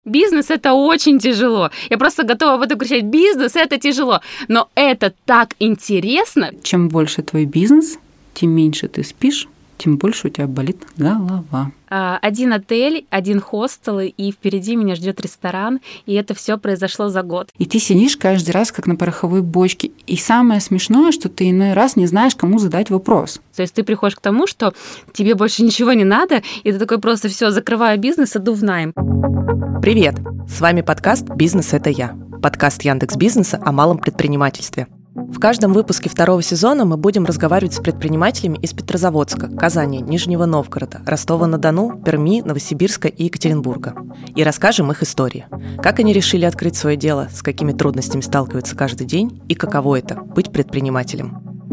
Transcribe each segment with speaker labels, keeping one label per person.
Speaker 1: Бизнес – это очень тяжело. Я просто готова об этом кричать. Бизнес – это тяжело. Но это так интересно.
Speaker 2: Чем больше твой бизнес, тем меньше ты спишь, тем больше у тебя болит голова.
Speaker 1: Один отель, один хостел, и впереди меня ждет ресторан, и это все произошло за год.
Speaker 2: И ты сидишь каждый раз, как на пороховой бочке. И самое смешное, что ты иной раз не знаешь, кому задать вопрос.
Speaker 1: То есть ты приходишь к тому, что тебе больше ничего не надо, и ты такой просто все закрываю бизнес, иду в найм.
Speaker 3: Привет! С вами подкаст «Бизнес – это я». Подкаст Яндекс.Бизнеса о малом предпринимательстве. В каждом выпуске второго сезона мы будем разговаривать с предпринимателями из Петрозаводска, Казани, Нижнего Новгорода, Ростова-на-Дону, Перми, Новосибирска и Екатеринбурга. И расскажем их истории. Как они решили открыть свое дело, с какими трудностями сталкиваются каждый день и каково это – быть предпринимателем.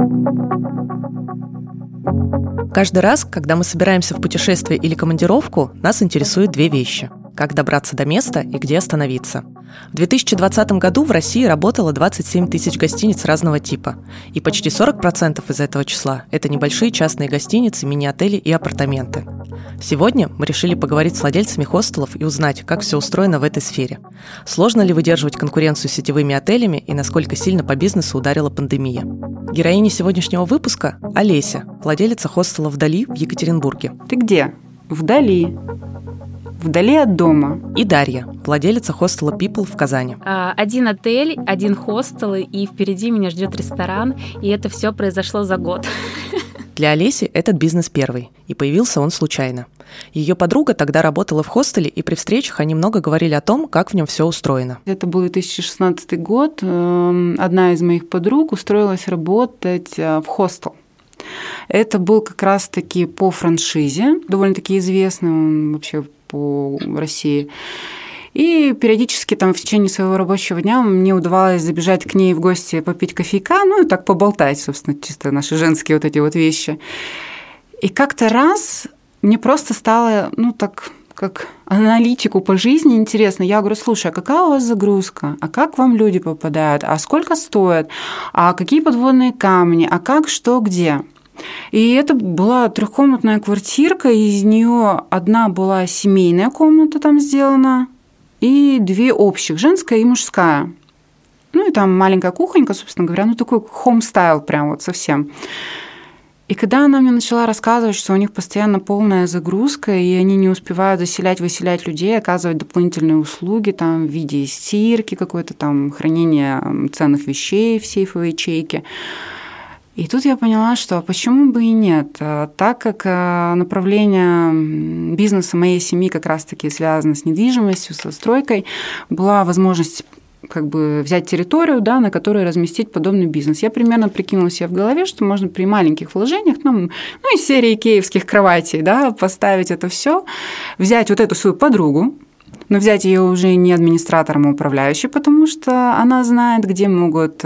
Speaker 3: Каждый раз, когда мы собираемся в путешествие или командировку, нас интересуют две вещи – как добраться до места и где остановиться. В 2020 году в России работало 27 тысяч гостиниц разного типа, и почти 40% из этого числа – это небольшие частные гостиницы, мини-отели и апартаменты. Сегодня мы решили поговорить с владельцами хостелов и узнать, как все устроено в этой сфере. Сложно ли выдерживать конкуренцию с сетевыми отелями и насколько сильно по бизнесу ударила пандемия. Героиня сегодняшнего выпуска – Олеся, владелица хостела «Вдали» в Екатеринбурге.
Speaker 2: Ты где? Вдали. Вдали от дома.
Speaker 3: И Дарья, владелица хостела People в Казани.
Speaker 1: Один отель, один хостел, и впереди меня ждет ресторан, и это все произошло за год.
Speaker 3: Для Олеси этот бизнес первый, и появился он случайно. Ее подруга тогда работала в хостеле, и при встречах они много говорили о том, как в нем все устроено.
Speaker 2: Это был 2016 год. Одна из моих подруг устроилась работать в хостел. Это был как раз-таки по франшизе, довольно-таки известный он вообще по России. И периодически там в течение своего рабочего дня мне удавалось забежать к ней в гости, попить кофейка, ну и так поболтать, собственно, чисто наши женские вот эти вот вещи. И как-то раз мне просто стало, так как аналитику по жизни интересно. Я говорю: слушай, а какая у вас загрузка? А как вам люди попадают? А сколько стоят? А какие подводные камни? А как, что, где? И это была трехкомнатная квартирка, из нее одна была семейная комната там сделана, и две общих, женская и мужская. Ну и там маленькая кухонька, собственно говоря, такой home-style прям вот совсем. И когда она мне начала рассказывать, что у них постоянно полная загрузка, и они не успевают заселять-выселять людей, оказывать дополнительные услуги там, в виде стирки, какое-то там хранения ценных вещей в сейфовой ячейке. И тут я поняла, что почему бы и нет, так как направление бизнеса моей семьи как раз-таки связано с недвижимостью, со стройкой, была возможность взять территорию, на которой разместить подобный бизнес. Я примерно прикинула себе в голове, что можно при маленьких вложениях, из серии икеевских кроватей, поставить это все, взять вот эту свою подругу, но взять ее уже не администратором, а управляющей, потому что она знает, где могут,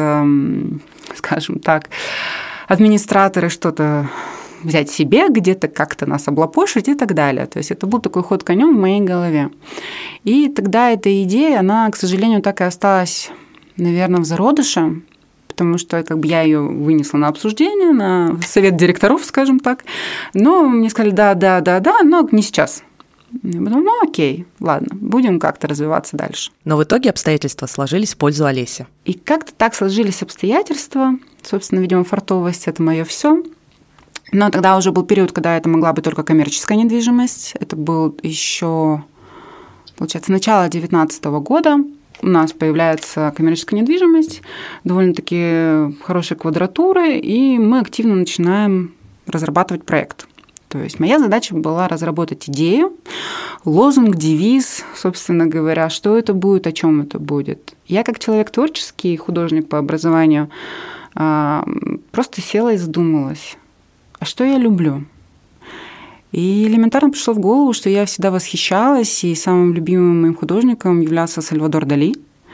Speaker 2: скажем так, администраторы что-то взять себе, где-то как-то нас облапошить и так далее. То есть это был такой ход конем в моей голове. И тогда эта идея, она, к сожалению, так и осталась, наверное, в зародыше, потому что я ее вынесла на обсуждение, на совет директоров, скажем так. Но мне сказали: да, но не сейчас. Я подумала: окей, ладно, будем как-то развиваться дальше.
Speaker 3: Но в итоге обстоятельства сложились в пользу Олеси.
Speaker 2: И как-то так сложились обстоятельства. Собственно, видимо, фартовость – это мое все. Но тогда уже был период, когда это могла быть только коммерческая недвижимость. Это был еще, получается, начало 2019 года. У нас появляется коммерческая недвижимость, довольно-таки хорошей квадратуры, и мы активно начинаем разрабатывать проект. То есть моя задача была разработать идею, лозунг, девиз, собственно говоря, что это будет, о чем это будет. Я как человек творческий, художник по образованию, просто села и задумалась, а что я люблю? И элементарно пришло в голову, что я всегда восхищалась, и самым любимым моим художником являлся Сальвадор Дали.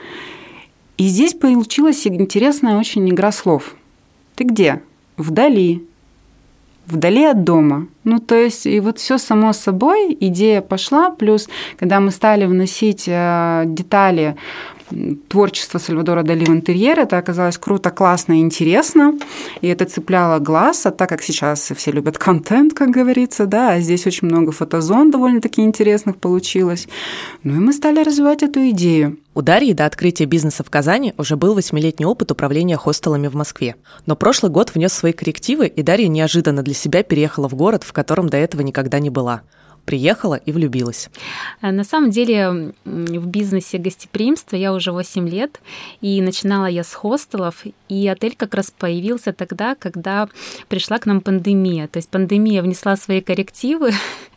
Speaker 2: И здесь получилась интересная очень игра слов. Ты где? Вдали. Вдали от дома. То есть, и вот все само собой, идея пошла, плюс, когда мы стали вносить детали творчество Сальвадора Дали в интерьере. Это оказалось круто, классно и интересно, и это цепляло глаз, а так как сейчас все любят контент, как говорится, да, а здесь очень много фотозон довольно-таки интересных получилось. Ну и мы стали развивать эту идею.
Speaker 3: У Дарьи до открытия бизнеса в Казани уже был 8-летний опыт управления хостелами в Москве. Но прошлый год внес свои коррективы, и Дарья неожиданно для себя переехала в город, в котором до этого никогда не была. Приехала и влюбилась.
Speaker 1: На самом деле в бизнесе гостеприимства я уже 8 лет, и начинала я с хостелов, и отель как раз появился тогда, когда пришла к нам пандемия. То есть пандемия внесла свои коррективы,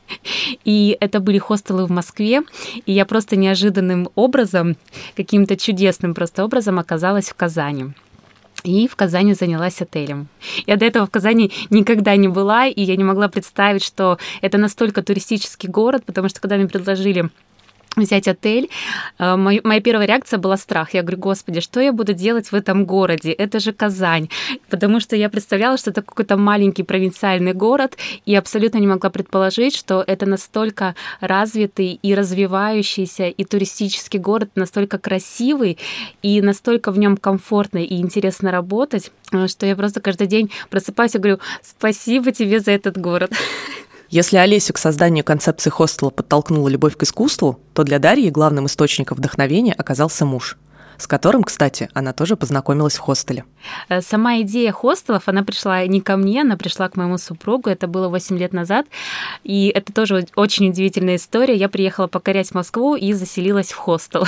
Speaker 1: и это были хостелы в Москве, и я просто неожиданным образом, каким-то чудесным просто образом оказалась в Казани. И в Казани занялась отелем. Я до этого в Казани никогда не была, и я не могла представить, что это настолько туристический город, потому что когда мне предложили взять отель, моя первая реакция была страх. Я говорю, господи, что я буду делать в этом городе? Это же Казань. Потому что я представляла, что это какой-то маленький провинциальный город, и абсолютно не могла предположить, что это настолько развитый и развивающийся и туристический город, настолько красивый, и настолько в нем комфортно и интересно работать, что я просто каждый день просыпаюсь и говорю, спасибо тебе за этот город.
Speaker 3: Если Олесю к созданию концепции хостела подтолкнула любовь к искусству, то для Дарьи главным источником вдохновения оказался муж, с которым, кстати, она тоже познакомилась в хостеле.
Speaker 1: Сама идея хостелов, она пришла не ко мне, она пришла к моему супругу, это было 8 лет назад, и это тоже очень удивительная история. Я приехала покорять Москву и заселилась в хостел.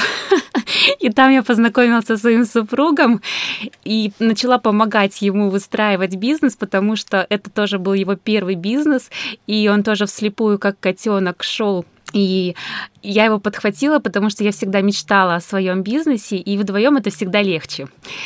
Speaker 1: И там я познакомилась со своим супругом и начала помогать ему выстраивать бизнес, потому что это тоже был его первый бизнес, и он тоже вслепую, как котенок, шел. И я его подхватила, потому что я всегда мечтала о своем бизнесе, и вдвоем это всегда легче.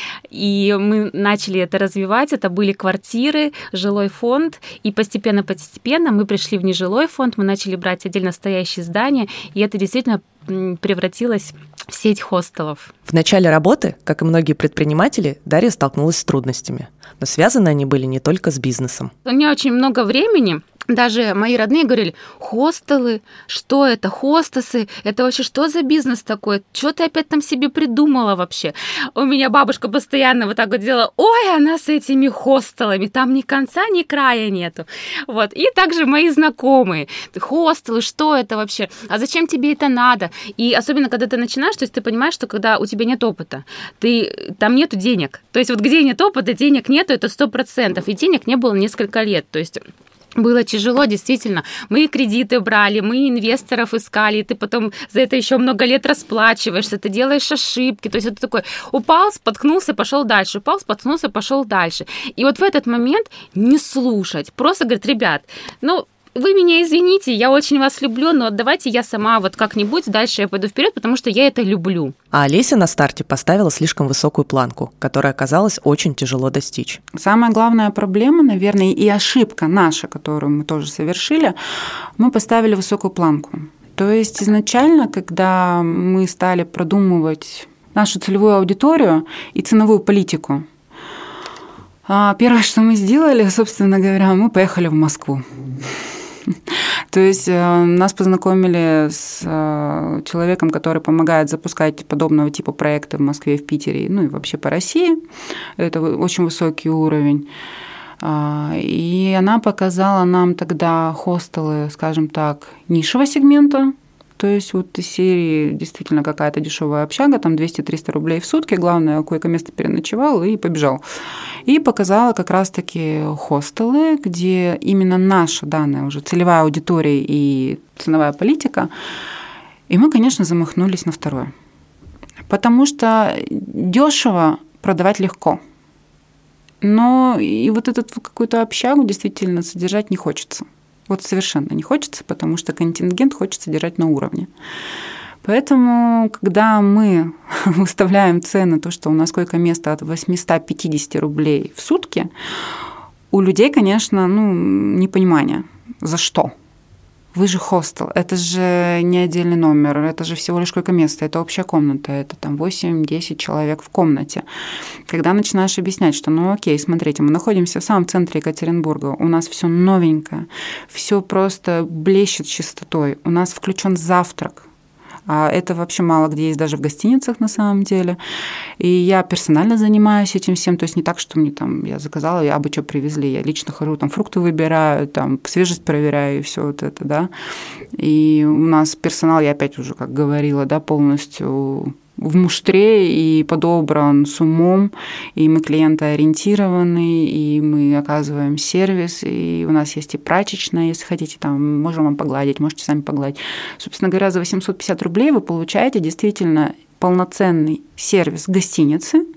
Speaker 1: И мы начали это развивать, это были квартиры, жилой фонд, и постепенно мы пришли в нежилой фонд, мы начали брать отдельно стоящие здания, и это действительно превратилось в сеть хостелов.
Speaker 3: В начале работы, как и многие предприниматели, Дарья столкнулась с трудностями. Но связаны они были не только с бизнесом.
Speaker 1: У меня очень много времени. Даже мои родные говорили, хостелы, что это, хостесы, это вообще что за бизнес такой? Что ты опять там себе придумала вообще? У меня бабушка постоянно вот так вот делала, ой, она с этими хостелами, там ни конца, ни края нету. Вот. И также мои знакомые, хостелы, что это вообще? А зачем тебе это надо? И особенно, когда ты начинаешь, то есть ты понимаешь, что когда у тебя нет опыта, там нету денег. То есть вот где нет опыта, денег нету, это 100%. И денег не было несколько лет. То есть было тяжело, действительно. Мы кредиты брали, мы инвесторов искали, и ты потом за это еще много лет расплачиваешься, ты делаешь ошибки. То есть это такой упал, споткнулся, пошел дальше, упал, споткнулся, пошел дальше. И вот в этот момент не слушать, просто говорить, ребят, вы меня извините, я очень вас люблю, но давайте я сама вот как-нибудь дальше я пойду вперед, потому что я это люблю.
Speaker 3: А Олеся на старте поставила слишком высокую планку, которая оказалась очень тяжело достичь.
Speaker 2: Самая главная проблема, наверное, и ошибка наша, которую мы тоже совершили, мы поставили высокую планку. То есть изначально, когда мы стали продумывать нашу целевую аудиторию и ценовую политику, первое, что мы сделали, собственно говоря, мы поехали в Москву. То есть нас познакомили с человеком, который помогает запускать подобного типа проекты в Москве, в Питере, и вообще по России. Это очень высокий уровень. И она показала нам тогда хостелы, скажем так, нишевого сегмента. То есть вот из серии действительно какая-то дешевая общага, там 200-300 рублей в сутки, главное, койко-место переночевал и побежал. И показала как раз-таки хостелы, где именно наша данная уже целевая аудитория и ценовая политика. И мы, конечно, замахнулись на второе. Потому что дешево продавать легко. Но и вот эту какую-то общагу действительно содержать не хочется. Вот совершенно не хочется, потому что контингент хочется держать на уровне. Поэтому, когда мы выставляем цены, то, что у нас койко-место от 850 рублей в сутки, у людей, конечно, непонимание. За что? Вы же хостел, это же не отдельный номер, это же всего лишь койко-место, это общая комната, это там 8-10 человек в комнате. Когда начинаешь объяснять, что окей, смотрите, мы находимся в самом центре Екатеринбурга, у нас все новенькое, все просто блещет чистотой, у нас включен завтрак, А это вообще мало где есть, даже в гостиницах на самом деле. И я персонально занимаюсь этим всем. То есть не так, что мне там я заказала, я бы что привезли. Я лично хожу, там фрукты выбираю, там свежесть проверяю и все вот это, да. И у нас персонал, я опять уже, как говорила, да, полностью в муштре и подобран с умом, и мы клиентоориентированы, и мы оказываем сервис, и у нас есть и прачечная, если хотите, там можем вам погладить, можете сами погладить. Собственно говоря, за 850 рублей вы получаете действительно полноценный сервис гостиницы,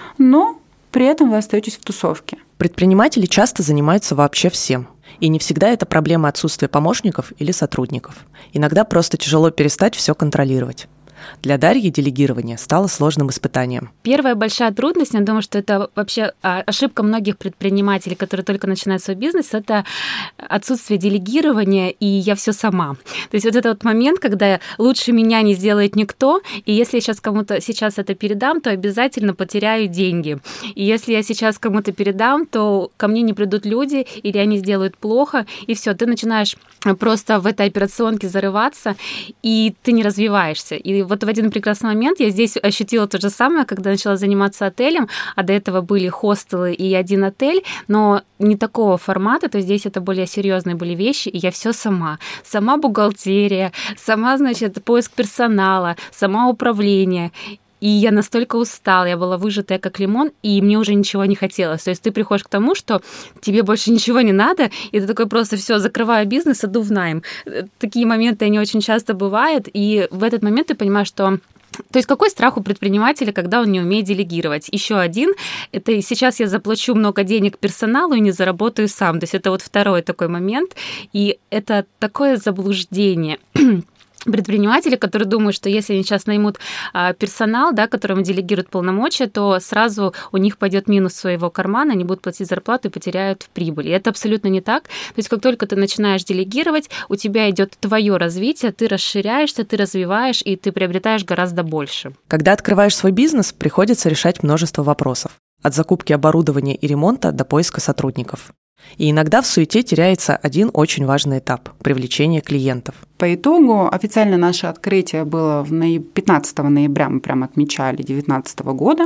Speaker 2: но при этом вы остаетесь в тусовке.
Speaker 3: Предприниматели часто занимаются вообще всем. И не всегда это проблема отсутствия помощников или сотрудников. Иногда просто тяжело перестать все контролировать. Для Дарьи делегирование стало сложным испытанием.
Speaker 1: Первая большая трудность, я думаю, что это вообще ошибка многих предпринимателей, которые только начинают свой бизнес, это отсутствие делегирования, и я все сама. То есть вот этот вот момент, когда лучше меня не сделает никто, и если я сейчас кому-то сейчас это передам, то обязательно потеряю деньги. И если я сейчас кому-то передам, то ко мне не придут люди, или они сделают плохо, и все, ты начинаешь просто в этой операционке зарываться, и ты не развиваешься. И вот в один прекрасный момент я здесь ощутила то же самое, когда начала заниматься отелем, а до этого были хостелы и один отель, но не такого формата, то есть здесь это более серьезные были вещи, и я все сама. Сама бухгалтерия, сама, значит, поиск персонала, сама управление. И я настолько устала, я была выжатая как лимон, и мне уже ничего не хотелось. То есть ты приходишь к тому, что тебе больше ничего не надо, и ты такой просто все, закрываю бизнес, иду в найм. Такие моменты, они очень часто бывают, и в этот момент ты понимаешь, что... То есть какой страх у предпринимателя, когда он не умеет делегировать? Еще один, это сейчас я заплачу много денег персоналу и не заработаю сам. То есть это вот второй такой момент, и это такое заблуждение. Предприниматели, которые думают, что если они сейчас наймут персонал, да, которому делегируют полномочия, то сразу у них пойдет минус своего кармана, они будут платить зарплату и потеряют в прибыли. И это абсолютно не так. То есть как только ты начинаешь делегировать, у тебя идет твое развитие, ты расширяешься, ты развиваешь, и ты приобретаешь гораздо больше.
Speaker 3: Когда открываешь свой бизнес, приходится решать множество вопросов. От закупки оборудования и ремонта до поиска сотрудников. И иногда в суете теряется один очень важный этап – привлечение клиентов.
Speaker 2: По итогу официально наше открытие было 15 ноября, мы прям отмечали, 2019 года.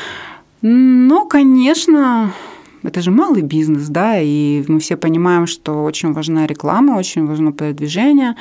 Speaker 2: Но, конечно, это же малый бизнес, да, и мы все понимаем, что очень важна реклама, очень важно продвижение.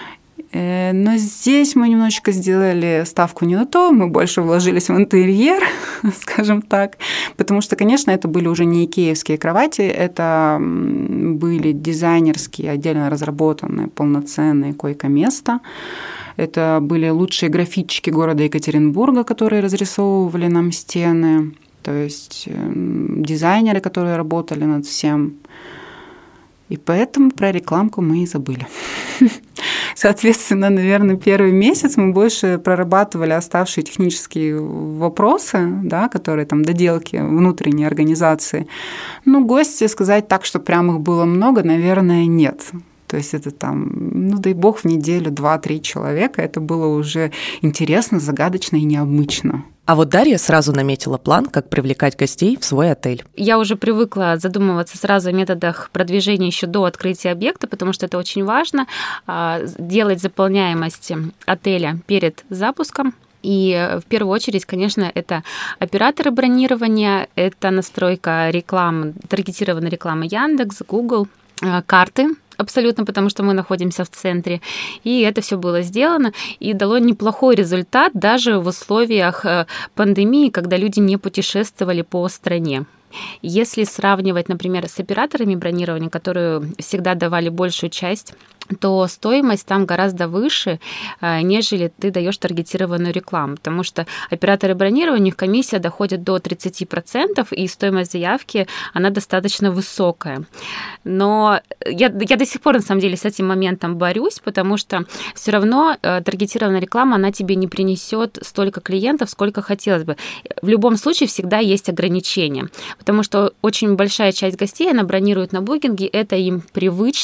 Speaker 2: Но здесь мы немножечко сделали ставку не на то, мы больше вложились в интерьер, скажем так, потому что, конечно, это были уже не икеевские кровати, это были дизайнерские, отдельно разработанные, полноценные койко-места. Это были лучшие графитчики города Екатеринбурга, которые разрисовывали нам стены, то есть дизайнеры, которые работали над всем. И поэтому про рекламку мы и забыли. Соответственно, наверное, первый месяц мы больше прорабатывали оставшие технические вопросы, да, которые там доделки внутренней организации. Ну, гости сказать так, что прям их было много, наверное, нет. То есть это там, ну, дай бог, в неделю 2-3 человека. Это было уже интересно, загадочно и необычно.
Speaker 3: А вот Дарья сразу наметила план, как привлекать гостей в свой отель.
Speaker 1: Я уже привыкла задумываться сразу о методах продвижения еще до открытия объекта, потому что это очень важно, делать заполняемость отеля перед запуском. И в первую очередь, конечно, это операторы бронирования, это настройка рекламы, таргетированной рекламы Яндекс, Google, карты. Абсолютно, потому что мы находимся в центре. И это все было сделано и дало неплохой результат даже в условиях пандемии, когда люди не путешествовали по стране. Если сравнивать, например, с операторами бронирования, которые всегда давали большую часть, то стоимость там гораздо выше, нежели ты даешь таргетированную рекламу, потому что операторы бронирования, у них комиссия доходит до 30%, и стоимость заявки, она достаточно высокая. Но я до сих пор, на самом деле, с этим моментом борюсь, потому что все равно таргетированная реклама, она тебе не принесет столько клиентов, сколько хотелось бы. В любом случае всегда есть ограничения, потому что очень большая часть гостей, она бронирует на букинге, это им привычно,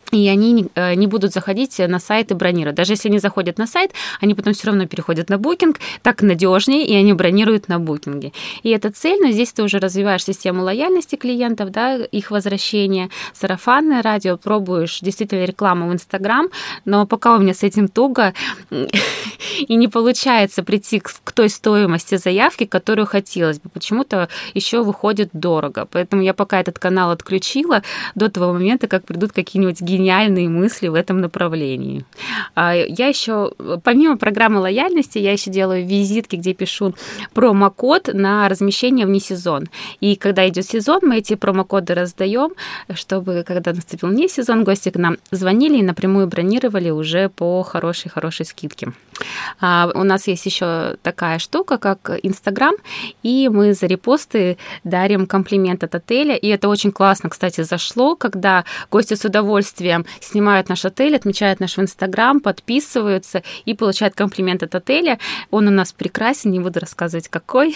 Speaker 1: и они не будут заходить на сайт и бронировать. Даже если они заходят на сайт, они потом все равно переходят на Booking, так надежнее, и они бронируют на Booking. И это цель, но здесь ты уже развиваешь систему лояльности клиентов, да, их возвращения, сарафанное радио, пробуешь действительно рекламу в Instagram, но пока у меня с этим туго, и не получается прийти к той стоимости заявки, которую хотелось бы. Почему-то еще выходит дорого. Поэтому я пока этот канал отключила до того момента, как придут какие-нибудь гениальные мысли в этом направлении. Я еще, помимо программы лояльности, я еще делаю визитки, где пишу промокод на размещение вне сезон. И когда идет сезон, мы эти промокоды раздаем, чтобы, когда наступил вне сезон, гости к нам звонили и напрямую бронировали уже по хорошей скидке. У нас есть еще такая штука, как Инстаграм, и мы за репосты дарим комплимент от отеля, и это очень классно, кстати, зашло, когда гости с удовольствием снимают наш отель, отмечают наш в Инстаграм, подписываются и получают комплимент от отеля. Он у нас прекрасен, не буду рассказывать, какой.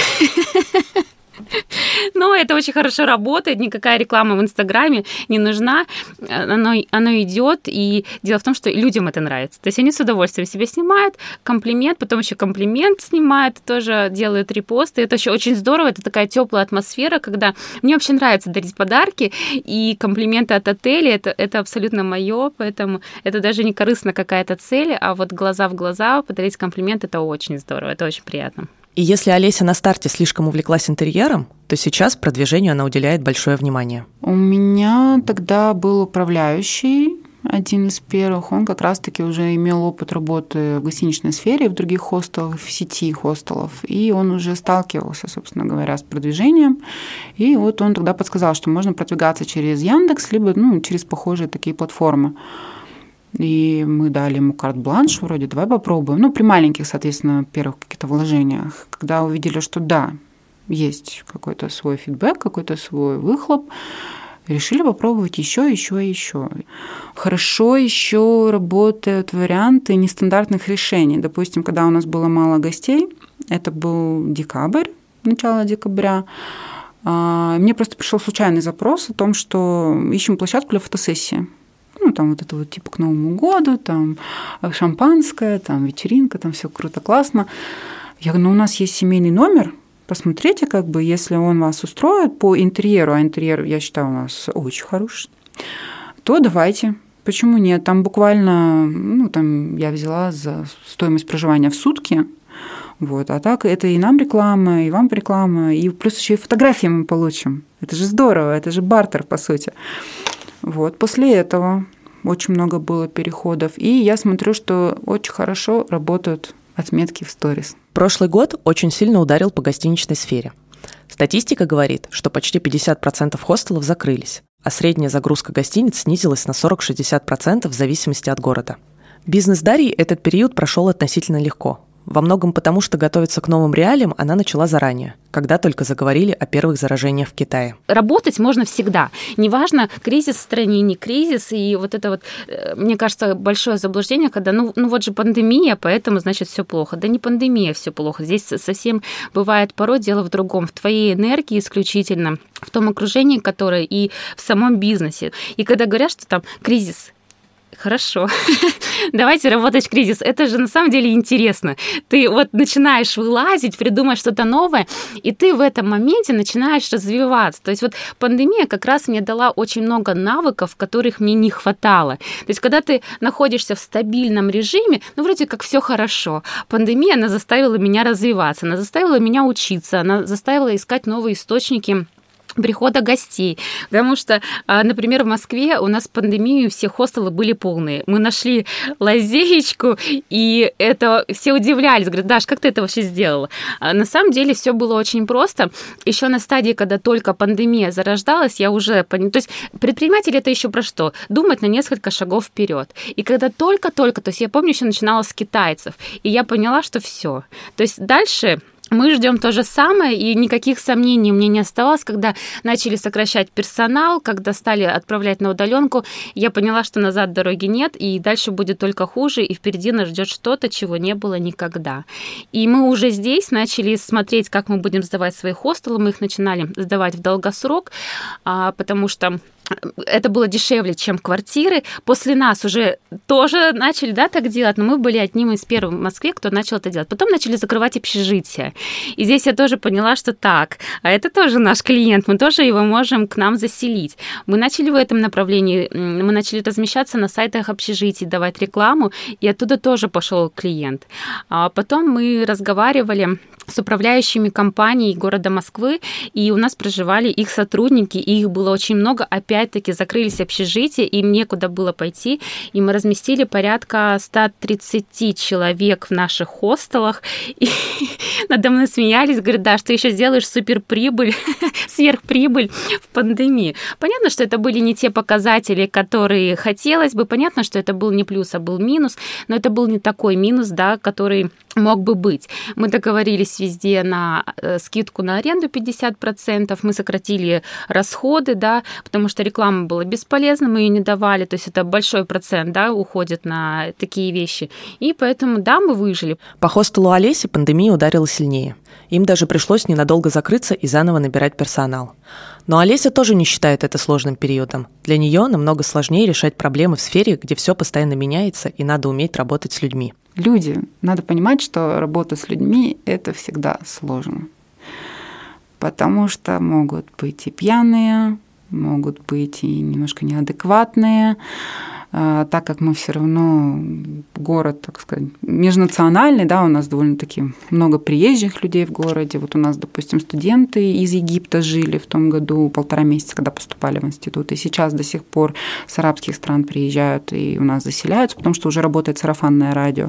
Speaker 1: Но это очень хорошо работает, никакая реклама в Инстаграме не нужна, оно идет, и дело в том, что людям это нравится. То есть они с удовольствием себе снимают комплимент, потом еще комплимент снимают, тоже делают репосты. Это еще очень здорово, это такая теплая атмосфера, когда мне вообще нравится дарить подарки, и комплименты от отеля это абсолютно мое, поэтому это даже не корыстно какая-то цель, а вот глаза в глаза подарить комплимент это очень здорово, это очень приятно.
Speaker 3: И если Олеся на старте слишком увлеклась интерьером, то сейчас продвижению она уделяет большое внимание.
Speaker 2: У меня тогда был управляющий, один из первых. Он как раз-таки уже имел опыт работы в гостиничной сфере, в других хостелах, в сети хостелов. И он уже сталкивался, собственно говоря, с продвижением. И вот он тогда подсказал, что можно продвигаться через Яндекс, либо через похожие такие платформы. И мы дали ему карт-бланш, вроде давай попробуем. При маленьких, соответственно, первых каких-то вложениях. Когда увидели, что да, есть какой-то свой фидбэк, какой-то свой выхлоп, решили попробовать еще. Хорошо еще работают варианты нестандартных решений. Допустим, когда у нас было мало гостей, это был декабрь, начало декабря, мне просто пришел случайный запрос о том, что ищем площадку для фотосессии. Там вот это вот типа к Новому году, там шампанское, там вечеринка, там все круто, классно. Я говорю, у нас есть семейный номер, посмотрите, если он вас устроит по интерьеру, а интерьер, я считаю, у нас очень хороший, то давайте. Почему нет? Там буквально, там я взяла за стоимость проживания в сутки, а так это и нам реклама, и вам реклама, и плюс еще и фотографии мы получим. Это же здорово, это же бартер, по сути. После этого очень много было переходов. И я смотрю, что очень хорошо работают отметки в сторис.
Speaker 3: Прошлый год очень сильно ударил по гостиничной сфере. Статистика говорит, что почти 50% хостелов закрылись, а средняя загрузка гостиниц снизилась на 40-60% в зависимости от города. Бизнес Дарьи этот период прошел относительно легко. Во многом потому, что готовиться к новым реалиям она начала заранее, когда только заговорили о первых заражениях в Китае.
Speaker 1: Работать можно всегда. Неважно, кризис в стране, не кризис. И вот это мне кажется, большое заблуждение, когда, вот же пандемия, поэтому, значит, все плохо. Да не пандемия, все плохо. Здесь совсем бывает порой дело в другом. В твоей энергии исключительно, в том окружении, которое и в самом бизнесе. И когда говорят, что там кризис, хорошо, давайте работать в кризис. Это же на самом деле интересно. Ты начинаешь вылазить, придумать что-то новое, и ты в этом моменте начинаешь развиваться. То есть пандемия как раз мне дала очень много навыков, которых мне не хватало. То есть когда ты находишься в стабильном режиме, вроде как все хорошо. Пандемия, она заставила меня развиваться, она заставила меня учиться, она заставила искать новые источники прихода гостей. Потому что, например, в Москве у нас в пандемию все хостелы были полные. Мы нашли лазеечку, и это все удивлялись. Говорят, Даш, как ты это вообще сделала? На самом деле все было очень просто. Еще на стадии, когда только пандемия зарождалась, я уже поняла. То есть предприниматель это еще про что? Думать на несколько шагов вперед. И когда только-только, то есть я помню, еще начинала с китайцев, и я поняла, что все. То есть дальше мы ждем то же самое, и никаких сомнений у меня не оставалось, когда начали сокращать персонал, когда стали отправлять на удаленку, я поняла, что назад дороги нет, и дальше будет только хуже, и впереди нас ждет что-то, чего не было никогда. И мы уже здесь начали смотреть, как мы будем сдавать свои хостелы, мы их начинали сдавать в долгосрок, потому что это было дешевле, чем квартиры. После нас уже тоже начали, да, так делать, но мы были одним из первых в Москве, кто начал это делать. Потом начали закрывать общежития. И здесь я тоже поняла, что так, а это тоже наш клиент, мы тоже его можем к нам заселить. Мы начали в этом направлении, мы начали размещаться на сайтах общежитий, давать рекламу, и оттуда тоже пошел клиент. А потом мы разговаривали с управляющими компаний города Москвы, и у нас проживали их сотрудники, и их было очень много. Опять-таки закрылись общежития, им некуда было пойти, и мы разместили порядка 130 человек в наших хостелах, и надо мной смеялись, говорят, да, что еще сделаешь суперприбыль, сверхприбыль в пандемии. Понятно, что это были не те показатели, которые хотелось бы, понятно, что это был не плюс, а был минус, но это был не такой минус, да, который мог бы быть. Мы договорились везде на скидку на аренду 50%, мы сократили расходы, да, потому что реклама была бесполезна, мы ее не давали, то есть это большой процент, да, уходит на такие вещи. И поэтому, да, мы выжили.
Speaker 3: По хостелу Олеси пандемия ударила сильнее. Им даже пришлось ненадолго закрыться и заново набирать персонал. Но Олеся тоже не считает это сложным периодом. Для нее намного сложнее решать проблемы в сфере, где все постоянно меняется, и надо уметь работать с людьми.
Speaker 2: Люди. Надо понимать, что работа с людьми – это всегда сложно. Потому что могут быть и пьяные, могут быть и немножко неадекватные, так как мы все равно город, так сказать, межнациональный, да, у нас довольно-таки много приезжих людей в городе. Вот у нас, допустим, студенты из Египта жили в том году 1,5 месяца, когда поступали в институт, и сейчас до сих пор с арабских стран приезжают и у нас заселяются, потому что уже работает сарафанное радио.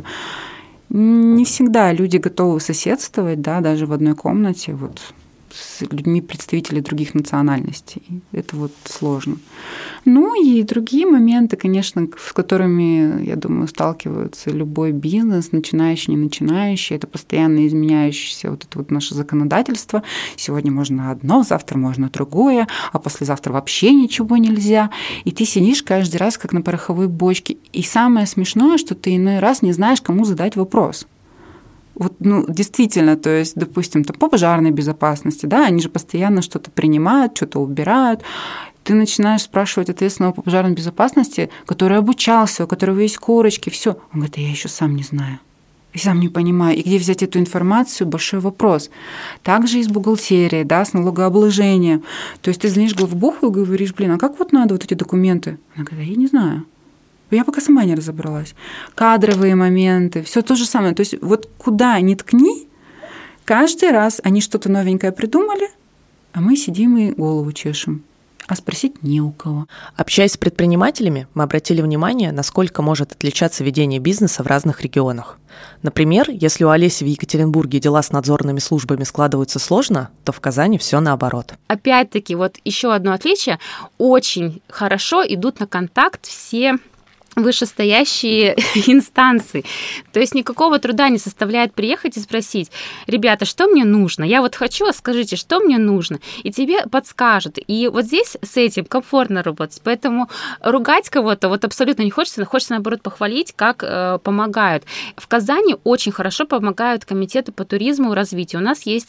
Speaker 2: Не всегда люди готовы соседствовать, да, даже в одной комнате, вот, с людьми, представителей других национальностей. Это вот сложно. Ну и другие моменты, конечно, с которыми, я думаю, сталкиваются любой бизнес, начинающий, не начинающий. Это постоянно изменяющееся вот это вот наше законодательство. Сегодня можно одно, завтра можно другое, а послезавтра вообще ничего нельзя. И ты сидишь каждый раз, как на пороховой бочке. И самое смешное, что ты иной раз не знаешь, кому задать вопрос. Вот, ну, действительно, то есть, допустим, там, по пожарной безопасности, да, они же постоянно что-то принимают, что-то убирают. Ты начинаешь спрашивать ответственного по пожарной безопасности, который обучался, у которого есть корочки, все. Он говорит, я еще сам не знаю. Я сам не понимаю. И где взять эту информацию – большой вопрос. Также и с бухгалтерией, да, с налогообложением. То есть ты звонишь главбуху и говоришь, а как вот надо вот эти документы? Она говорит, я не знаю. Я пока сама не разобралась. Кадровые моменты, все то же самое. То есть вот куда ни ткни, каждый раз они что-то новенькое придумали, а мы сидим и голову чешем. А спросить не у кого.
Speaker 3: Общаясь с предпринимателями, мы обратили внимание, насколько может отличаться ведение бизнеса в разных регионах. Например, если у Олеси в Екатеринбурге дела с надзорными службами складываются сложно, то в Казани все наоборот.
Speaker 1: Опять-таки, вот еще одно отличие. Очень хорошо идут на контакт все вышестоящие инстанции. То есть никакого труда не составляет приехать и спросить, ребята, что мне нужно? Я вот хочу, скажите, что мне нужно? И тебе подскажут. И вот здесь с этим комфортно работать. Поэтому ругать кого-то вот абсолютно не хочется. Хочется, наоборот, похвалить, как помогают. В Казани очень хорошо помогают комитеты по туризму и развитию. У нас есть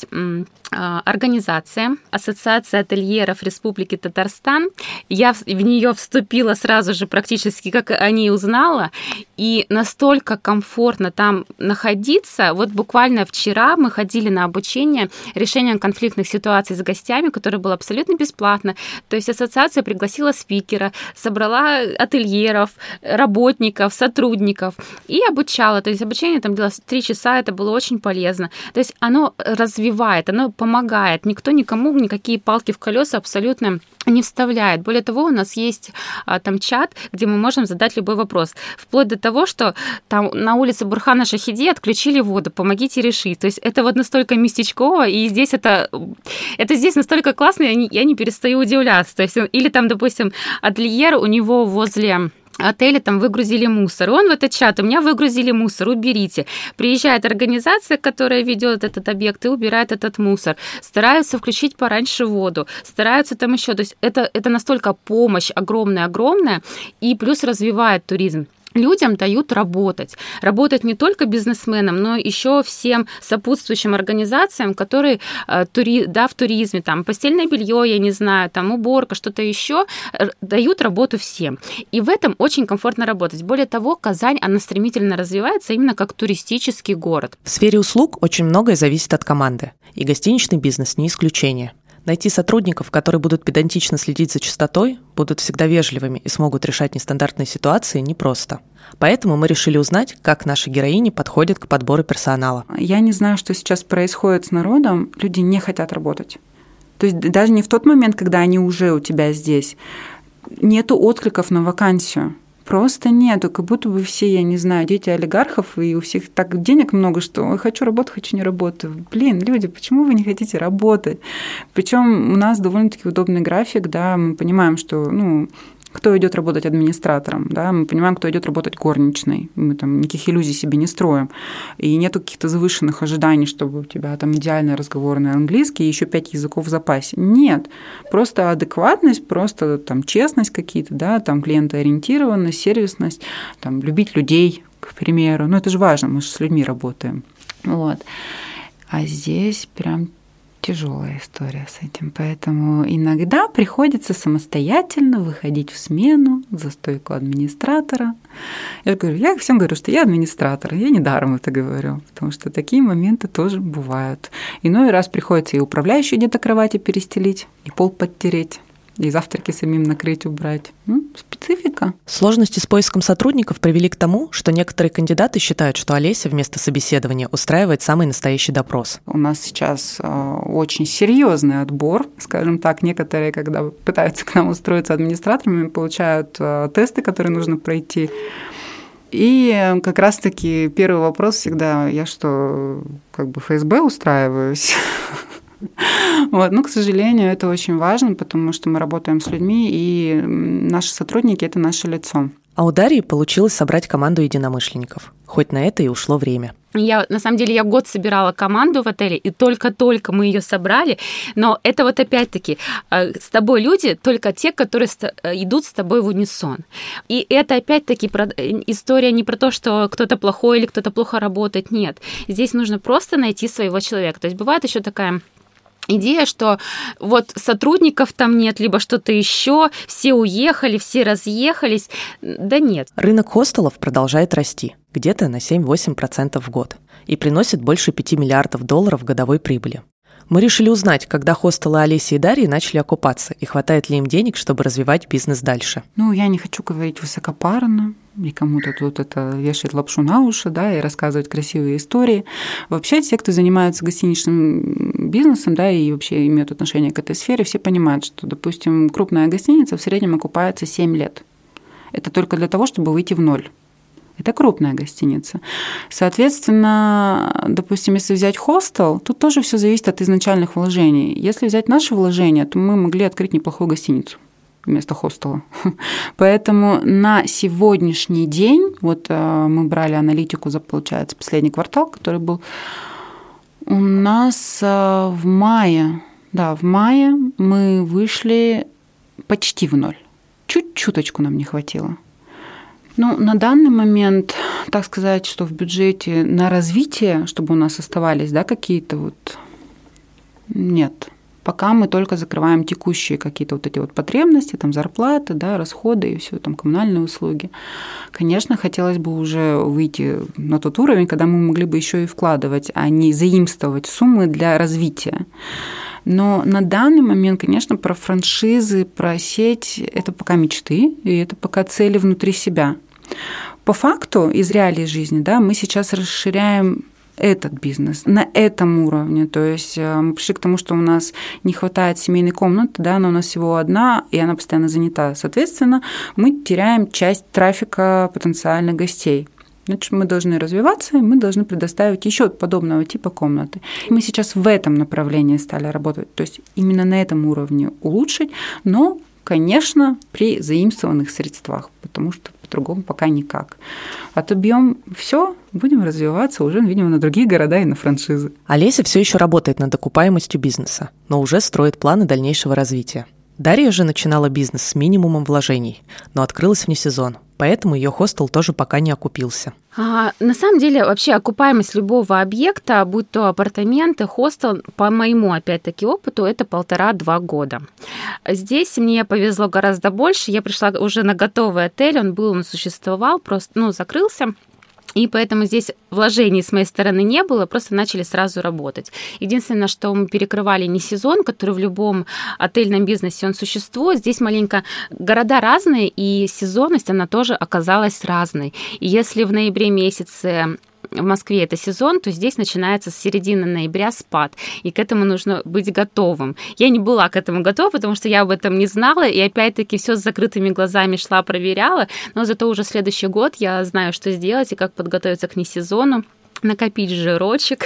Speaker 1: организация, Ассоциация ательеров Республики Татарстан. Я в нее вступила сразу же практически, как они узнала, и настолько комфортно там находиться. Вот буквально вчера мы ходили на обучение решению конфликтных ситуаций с гостями, которое было абсолютно бесплатно. То есть ассоциация пригласила спикера, собрала ательеров, работников, сотрудников и обучала. То есть обучение там длилось 3 часа, это было очень полезно. То есть оно развивает, оно помогает. Никто никому никакие палки в колеса абсолютно не вставляет. Более того, у нас есть там чат, где мы можем задать любой вопрос. Вплоть до того, что там на улице Бурхана Шахиди отключили воду, помогите решить. То есть это вот настолько местечково, и здесь это здесь настолько классно, я не перестаю удивляться. То есть, или там, допустим, ательер у него возле отеля там выгрузили мусор. Он в этот чат: у меня выгрузили мусор, уберите. Приезжает организация, которая ведет этот объект, и убирает этот мусор. Стараются включить пораньше воду, стараются там еще. То есть это настолько помощь огромная, и плюс развивает туризм. людям дают работать. Работать не только бизнесменам, но еще всем сопутствующим организациям, которые в туризме, там, постельное белье, я не знаю, там, уборка, что-то еще, дают работу всем. И в этом очень комфортно работать. Более того, Казань, она стремительно развивается именно как туристический город.
Speaker 3: В сфере услуг очень многое зависит от команды, и гостиничный бизнес не исключение. Найти сотрудников, которые будут педантично следить за чистотой, будут всегда вежливыми и смогут решать нестандартные ситуации, непросто. Поэтому мы решили узнать, как наши героини подходят к подбору персонала.
Speaker 2: Я не знаю, что сейчас происходит с народом. Люди не хотят работать. То есть даже не в тот момент, когда они уже у тебя здесь. Нету откликов на вакансию. Просто нету, как будто бы все, я не знаю, дети олигархов, и у всех так денег много, что ой, хочу работать, хочу не работаю. Блин, люди, почему вы не хотите работать? Причем у нас довольно-таки удобный график, да, мы понимаем, что, кто идет работать администратором, да, мы понимаем, кто идет работать горничной, мы там никаких иллюзий себе не строим, и нету каких-то завышенных ожиданий, чтобы у тебя там идеальный разговорный английский и еще 5 языков в запасе. Нет, просто адекватность, просто там честность какие-то, да, там клиентоориентированность, сервисность, там любить людей, к примеру, это же важно, мы же с людьми работаем, вот. А здесь прям тяжелая история с этим, поэтому иногда приходится самостоятельно выходить в смену за стойку администратора. Я всем говорю, что я администратор, я недаром это говорю, потому что такие моменты тоже бывают. Иной раз приходится и управляющую где-то кровати перестелить, и пол подтереть, и завтраки самим накрыть, убрать. Специфика.
Speaker 3: Сложности с поиском сотрудников привели к тому, что некоторые кандидаты считают, что Олеся вместо собеседования устраивает самый настоящий допрос.
Speaker 2: У нас сейчас очень серьезный отбор, скажем так. Некоторые, когда пытаются к нам устроиться администраторами, получают тесты, которые нужно пройти. И как раз-таки первый вопрос всегда: я что, ФСБ устраиваюсь? К сожалению, это очень важно, потому что мы работаем с людьми, и наши сотрудники – это наше лицо.
Speaker 3: А у Дарьи получилось собрать команду единомышленников. Хоть на это и ушло время.
Speaker 1: На самом деле, я год собирала команду в отеле, и только-только мы ее собрали. Но это опять-таки с тобой люди, только те, которые идут с тобой в унисон. И это опять-таки история не про то, что кто-то плохой или кто-то плохо работает. Нет. Здесь нужно просто найти своего человека. То есть бывает еще такая идея, что сотрудников там нет, либо что-то еще, все уехали, все разъехались. Да нет.
Speaker 3: Рынок хостелов продолжает расти, где-то на 7-8% в год, и приносит больше $5 миллиардов годовой прибыли. Мы решили узнать, когда хостелы Олеси и Дарьи начали окупаться, и хватает ли им денег, чтобы развивать бизнес дальше.
Speaker 2: Я не хочу говорить высокопарно, и кому-то тут это вешать лапшу на уши, да, и рассказывать красивые истории. Вообще, те, кто занимается гостиничным бизнесом, да, и вообще имеют отношение к этой сфере, все понимают, что, допустим, крупная гостиница в среднем окупается 7 лет. Это только для того, чтобы выйти в ноль. Это крупная гостиница. Соответственно, допустим, если взять хостел, тут тоже все зависит от изначальных вложений. Если взять наши вложения, то мы могли открыть неплохую гостиницу вместо хостела. Поэтому на сегодняшний день, мы брали аналитику за, получается, последний квартал, который был у нас в мае. Да, в мае мы вышли почти в ноль. Чуть-чуточку нам не хватило. На данный момент, так сказать, что в бюджете на развитие, чтобы у нас оставались, да, какие-то нет. Пока мы только закрываем текущие какие-то эти потребности, там зарплаты, да, расходы и все, там коммунальные услуги. Конечно, хотелось бы уже выйти на тот уровень, когда мы могли бы еще и вкладывать, а не заимствовать суммы для развития. Но на данный момент, конечно, про франшизы, про сеть – это пока мечты, и это пока цели внутри себя. По факту, из реалий жизни, да, мы сейчас расширяем этот бизнес на этом уровне. То есть мы пришли к тому, что у нас не хватает семейной комнаты, да, но у нас всего одна, и она постоянно занята. Соответственно, мы теряем часть трафика потенциальных гостей. Значит, мы должны развиваться, и мы должны предоставить еще подобного типа комнаты. Мы сейчас в этом направлении стали работать, то есть именно на этом уровне улучшить, но, конечно, при заимствованных средствах, потому что по-другому пока никак. Отобьем все, будем развиваться уже, видимо, на другие города и на франшизы.
Speaker 3: Олеся все еще работает над окупаемостью бизнеса, но уже строит планы дальнейшего развития. Дарья же начинала бизнес с минимумом вложений, но открылась вне сезон. Поэтому ее хостел тоже пока не окупился.
Speaker 1: На самом деле, вообще окупаемость любого объекта, будь то апартаменты, хостел, по моему, опять-таки, опыту, это 1,5-2 года. Здесь мне повезло гораздо больше. Я пришла уже на готовый отель, он существовал, просто, закрылся. И поэтому здесь вложений с моей стороны не было, просто начали сразу работать. Единственное, что мы перекрывали не сезон, который в любом отельном бизнесе он существует. Здесь маленько города разные, и сезонность, она тоже оказалась разной. И если в ноябре месяце в Москве это сезон, то здесь начинается с середины ноября спад, и к этому нужно быть готовым. Я не была к этому готова, потому что я об этом не знала, и опять-таки все с закрытыми глазами шла, проверяла, но зато уже следующий год я знаю, что сделать и как подготовиться к несезону, накопить жирочек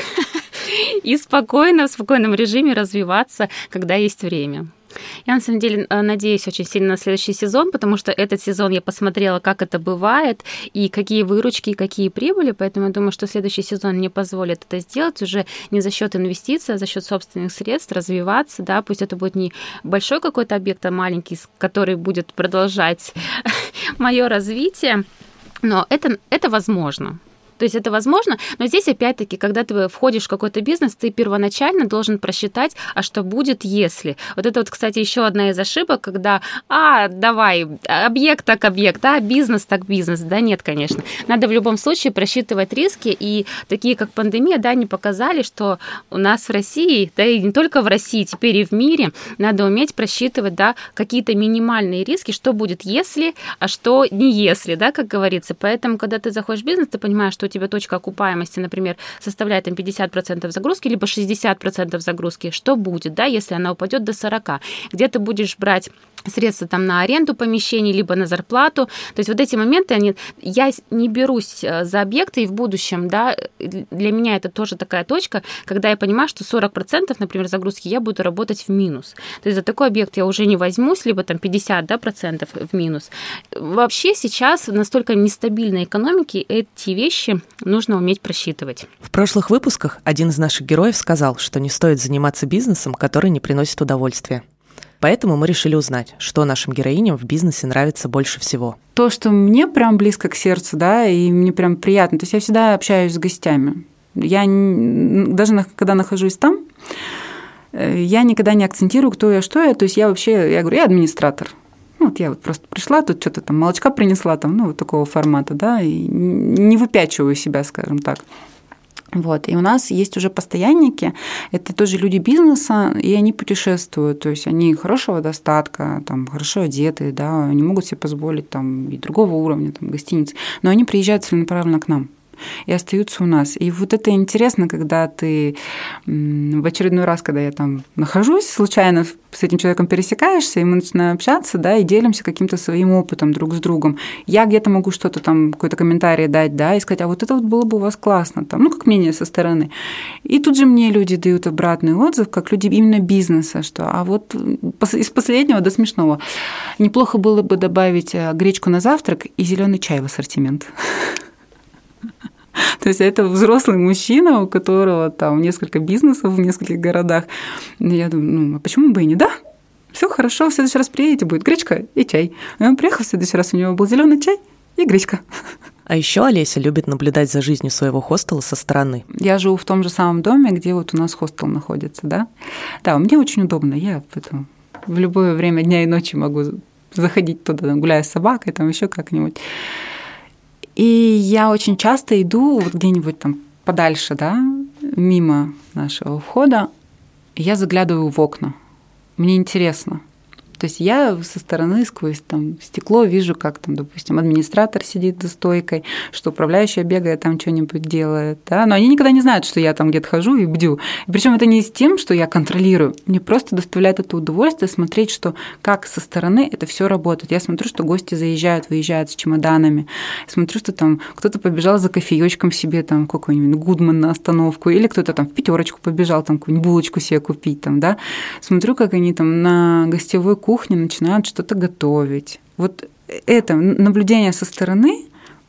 Speaker 1: и спокойно, в спокойном режиме развиваться, когда есть время. Я, на самом деле, надеюсь очень сильно на следующий сезон, потому что этот сезон я посмотрела, как это бывает, и какие выручки, и какие прибыли, поэтому я думаю, что следующий сезон мне позволит это сделать уже не за счет инвестиций, а за счет собственных средств, развиваться, да, пусть это будет не большой какой-то объект, а маленький, который будет продолжать мое развитие, но это возможно. То есть это возможно, но здесь опять-таки, когда ты входишь в какой-то бизнес, ты первоначально должен просчитать, а что будет, если. Вот это вот, кстати, еще одна из ошибок, когда, давай, объект так объект, бизнес так бизнес. Да нет, конечно. Надо в любом случае просчитывать риски, и такие, как пандемия, да, не показали, что у нас в России, да и не только в России, теперь и в мире, надо уметь просчитывать, да, какие-то минимальные риски, что будет, если, а что не если, да, как говорится. Поэтому, когда ты заходишь в бизнес, ты понимаешь, что у тебя точка окупаемости, например, составляет 50% загрузки, либо 60% загрузки, что будет, да, если она упадет до 40%? Где ты будешь брать средства там на аренду помещений, либо на зарплату? То есть вот эти моменты, я не берусь за объекты, и в будущем, да, для меня это тоже такая точка, когда я понимаю, что 40%, например, загрузки я буду работать в минус. То есть за такой объект я уже не возьмусь, либо там 50%, да, процентов в минус. Вообще сейчас в настолько нестабильной экономике эти вещи нужно уметь просчитывать.
Speaker 3: В прошлых выпусках один из наших героев сказал, что не стоит заниматься бизнесом, который не приносит удовольствия. Поэтому мы решили узнать, что нашим героиням в бизнесе нравится больше всего.
Speaker 2: То, что мне прям близко к сердцу, да, и мне прям приятно. То есть я всегда общаюсь с гостями. Я даже когда нахожусь там, я никогда не акцентирую, кто я, что я. То есть я говорю, я администратор. Вот я вот просто пришла, тут что-то там молочка принесла, там, вот такого формата, да, и не выпячиваю себя, скажем так. Вот. И у нас есть уже постоянники, это тоже люди бизнеса, и они путешествуют, то есть они хорошего достатка, там, хорошо одеты, да, они могут себе позволить там, и другого уровня там, гостиниц, но они приезжают целенаправленно к нам и остаются у нас. И вот это интересно, когда ты в очередной раз, когда я там нахожусь, случайно с этим человеком пересекаешься, и мы начинаем общаться, да, и делимся каким-то своим опытом друг с другом. Я где-то могу что-то там, какой-то комментарий дать, да, и сказать, а вот это вот было бы у вас классно, там, как мнение со стороны. И тут же мне люди дают обратный отзыв, как люди именно бизнеса, что, а вот из последнего до смешного. Неплохо было бы добавить гречку на завтрак и зеленый чай в ассортимент. То есть это взрослый мужчина, у которого там несколько бизнесов в нескольких городах. Я думаю, а почему бы и не? Да, все хорошо, в следующий раз приедете, будет гречка и чай. И он приехал в следующий раз, у него был зеленый чай и гречка.
Speaker 3: А еще Олеся любит наблюдать за жизнью своего хостела со стороны.
Speaker 2: Я живу в том же самом доме, где вот у нас хостел находится, да. Да, мне очень удобно, я в любое время дня и ночи могу заходить туда, гуляя с собакой, там еще как-нибудь. И я очень часто иду вот где-нибудь там подальше, да, мимо нашего входа, и я заглядываю в окна. Мне интересно. То есть я со стороны сквозь там стекло вижу, как там, допустим, администратор сидит за стойкой, что управляющая бегает там что-нибудь делает, да? Но они никогда не знают, что я там где-то хожу и бдю. Причем это не с тем, что я контролирую. Мне просто доставляет это удовольствие смотреть, что как со стороны это все работает. Я смотрю, что гости заезжают, выезжают с чемоданами. Смотрю, что там кто-то побежал за кофеечком себе, там какой-нибудь Гудман на остановку, или кто-то там в пятерочку побежал, там какую-нибудь булочку себе купить, там, да? Смотрю, как они там на гостевой кухне начинают что-то готовить. Вот это наблюдение со стороны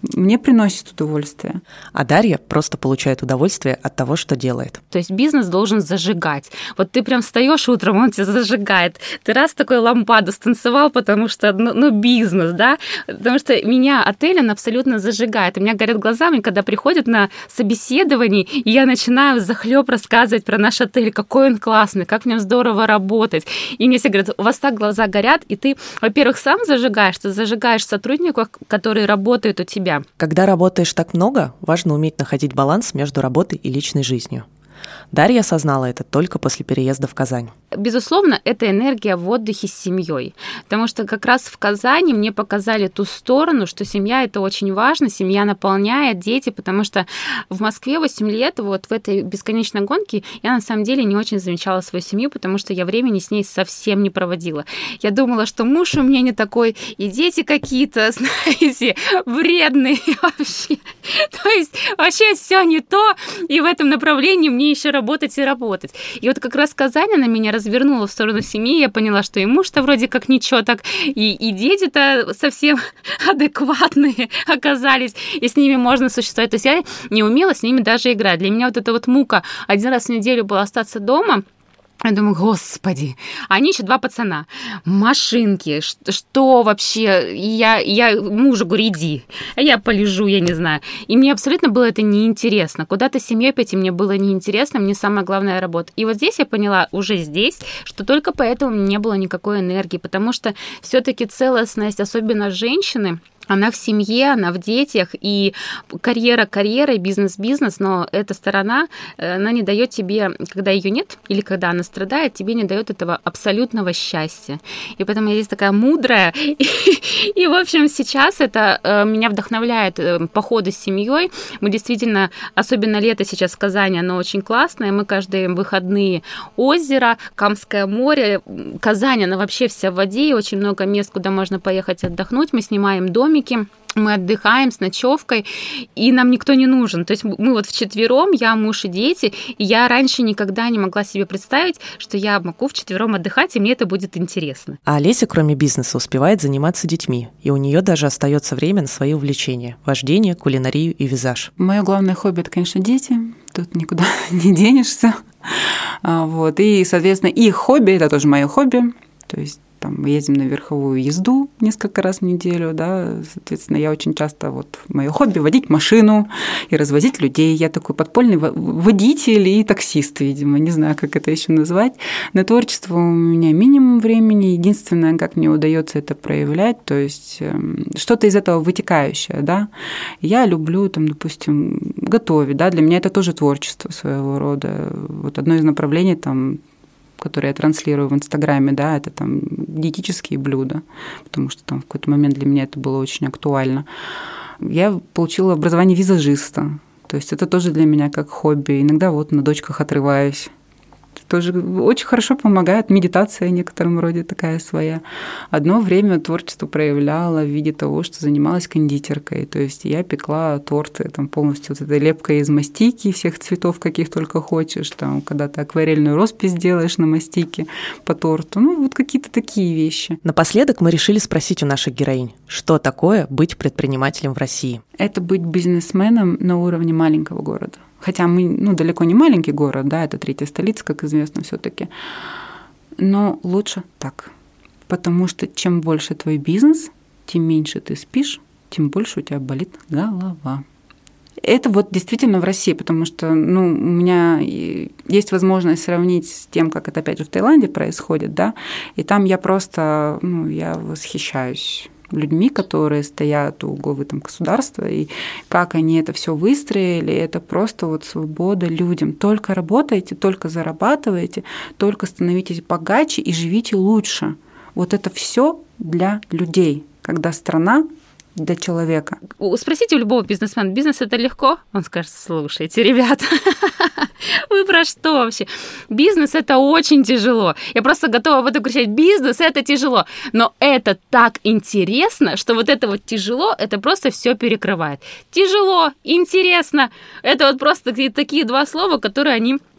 Speaker 2: мне приносит удовольствие.
Speaker 3: А Дарья просто получает удовольствие от того, что делает.
Speaker 1: То есть бизнес должен зажигать. Вот ты прям встаешь утром, он тебя зажигает. Ты раз такой лампаду станцевал, потому что, бизнес, да? Потому что меня отель, он абсолютно зажигает. У меня горят глаза, мне когда приходят на собеседование, и я начинаю взахлёб рассказывать про наш отель, какой он классный, как в нем здорово работать. И мне все говорят, у вас так глаза горят, и ты, во-первых, сам зажигаешь, ты зажигаешь сотрудников, которые работают у тебя.
Speaker 3: Когда работаешь так много, важно уметь находить баланс между работой и личной жизнью. Дарья осознала это только после переезда в Казань.
Speaker 1: Безусловно, это энергия в отдыхе с семьей, потому что как раз в Казани мне показали ту сторону, что семья – это очень важно, семья наполняет, дети, потому что в Москве 8 лет, вот в этой бесконечной гонке, я на самом деле не очень замечала свою семью, потому что я времени с ней совсем не проводила. Я думала, что муж у меня не такой, и дети какие-то, знаете, вредные вообще. То есть вообще все не то, и в этом направлении мне еще работать и работать. И вот как раз Казань, она меня развернула в сторону семьи, я поняла, что и муж-то вроде как ничего так, и дети-то совсем адекватные оказались, и с ними можно существовать. То есть я не умела с ними даже играть. Для меня вот эта вот мука один раз в неделю была остаться дома. Я думаю, господи, они еще 2 пацана, машинки, что вообще? Я мужу говорю, иди, а я полежу, я не знаю. И мне абсолютно было это неинтересно. Куда-то с семьей пойти мне было неинтересно, мне самая главная работа. И вот здесь я поняла, уже здесь, что только поэтому не было никакой энергии, потому что все-таки целостность, особенно женщины, она в семье, она в детях, и карьера, и бизнес, но эта сторона, она не дает тебе, когда ее нет, или когда она страдает, тебе не дает этого абсолютного счастья. И поэтому я здесь такая мудрая, и в общем, сейчас это меня вдохновляет походы с семьей. Мы действительно, особенно лето сейчас в Казани, оно очень классное, мы каждые выходные озеро, Камское море, Казань, она вообще вся в воде, очень много мест, куда можно поехать отдохнуть, мы снимаем домики, мы отдыхаем с ночевкой, и нам никто не нужен. То есть мы вот вчетвером, я, муж и дети, и я раньше никогда не могла себе представить, что я могу вчетвером отдыхать, и мне это будет интересно.
Speaker 3: А Олеся, кроме бизнеса, успевает заниматься детьми, и у нее даже остается время на свои увлечения – вождение, кулинарию и визаж.
Speaker 2: Мое главное хобби – это, конечно, дети. Тут никуда не денешься. Вот. И, соответственно, их хобби – это тоже мое хобби. То есть там мы ездим на верховую езду несколько раз в неделю, да, соответственно, я очень часто, вот мое хобби – водить машину и развозить людей. Я такой подпольный водитель и таксист, видимо, не знаю, как это еще назвать. На творчество у меня минимум времени. Единственное, как мне удается это проявлять, то есть что-то из этого вытекающее, да. Я люблю, там, допустим, готовить, да, для меня это тоже творчество своего рода. Вот одно из направлений, там, которые я транслирую в Инстаграме, да, это там диетические блюда, потому что там в какой-то момент для меня это было очень актуально. Я получила образование визажиста, то есть это тоже для меня как хобби. Иногда вот на дочках отрываюсь. Тоже очень хорошо помогает, медитация в некотором роде такая своя. Одно время творчество проявляла в виде того, что занималась кондитеркой, то есть я пекла торты там, полностью вот этой лепкой из мастики всех цветов, каких только хочешь, там, когда ты акварельную роспись делаешь на мастике по торту, ну вот какие-то такие вещи.
Speaker 3: Напоследок мы решили спросить у наших героинь, что такое быть предпринимателем в России?
Speaker 2: Это быть бизнесменом на уровне маленького города. Хотя мы, далеко не маленький город, да, это 3-я столица, как известно, все-таки. Но лучше так. Потому что чем больше твой бизнес, тем меньше ты спишь, тем больше у тебя болит голова. Это вот действительно в России, потому что у меня есть возможность сравнить с тем, как это, опять же, в Таиланде происходит, да, и там я просто, я восхищаюсь людьми, которые стоят у главы там, государства, и как они это все выстроили, это просто вот свобода людям. Только работайте, только зарабатывайте, только становитесь богаче и живите лучше. Вот это все для людей, когда страна для человека.
Speaker 1: Спросите у любого бизнесмена, бизнес – это легко? Он скажет, слушайте, ребята, вы про что вообще? Бизнес – это очень тяжело. Я просто готова об этом кричать, бизнес – это тяжело. Но это так интересно, что вот это вот тяжело, это просто все перекрывает. Тяжело, интересно – это вот просто такие 2 слова, которые они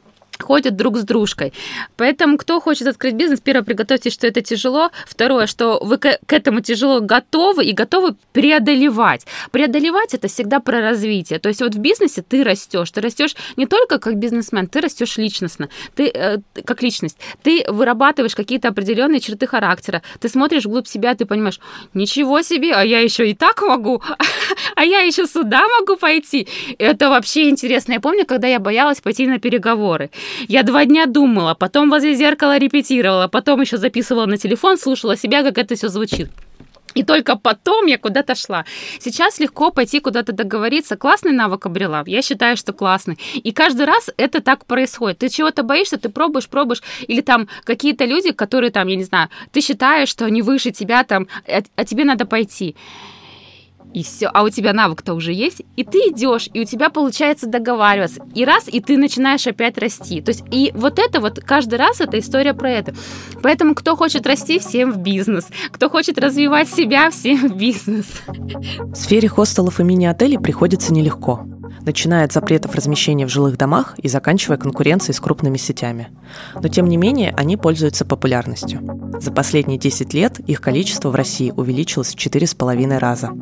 Speaker 1: ходят друг с дружкой. Поэтому, кто хочет открыть бизнес, первое, приготовьтесь, что это тяжело. Второе, что вы к этому тяжело готовы и готовы преодолевать. Преодолевать – это всегда про развитие. То есть вот в бизнесе ты растешь не только как бизнесмен, ты растешь личностно, ты как личность. Ты вырабатываешь какие-то определенные черты характера. Ты смотришь вглубь себя, ты понимаешь, ничего себе, а я еще и так могу, а я еще сюда могу пойти. Это вообще интересно. Я помню, когда я боялась пойти на переговоры. Я 2 дня думала, потом возле зеркала репетировала, потом еще записывала на телефон, слушала себя, как это все звучит. И только потом я куда-то шла. Сейчас легко пойти куда-то договориться. Классный навык обрела? Я считаю, что классный. И каждый раз это так происходит. Ты чего-то боишься, ты пробуешь. Или там какие-то люди, которые там, я не знаю, ты считаешь, что они выше тебя там, а тебе надо пойти. И все, а у тебя навык-то уже есть, и ты идешь, и у тебя получается договариваться. И ты начинаешь опять расти. То есть, и вот это вот каждый раз эта история про это. Поэтому, кто хочет расти, всем в бизнес. Кто хочет развивать себя, всем в бизнес.
Speaker 3: В сфере хостелов и мини-отелей приходится нелегко. Начиная от запретов размещения в жилых домах и заканчивая конкуренцией с крупными сетями. Но, тем не менее, они пользуются популярностью. За последние 10 лет их количество в России увеличилось в 4,5 раза.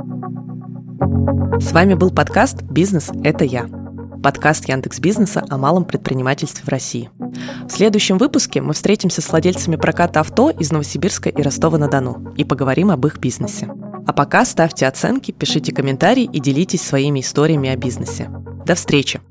Speaker 3: С вами был подкаст «Бизнес – это я». Подкаст Яндекс.Бизнеса о малом предпринимательстве в России. В следующем выпуске мы встретимся с владельцами проката авто из Новосибирска и Ростова-на-Дону и поговорим об их бизнесе. А пока ставьте оценки, пишите комментарии и делитесь своими историями о бизнесе. До встречи!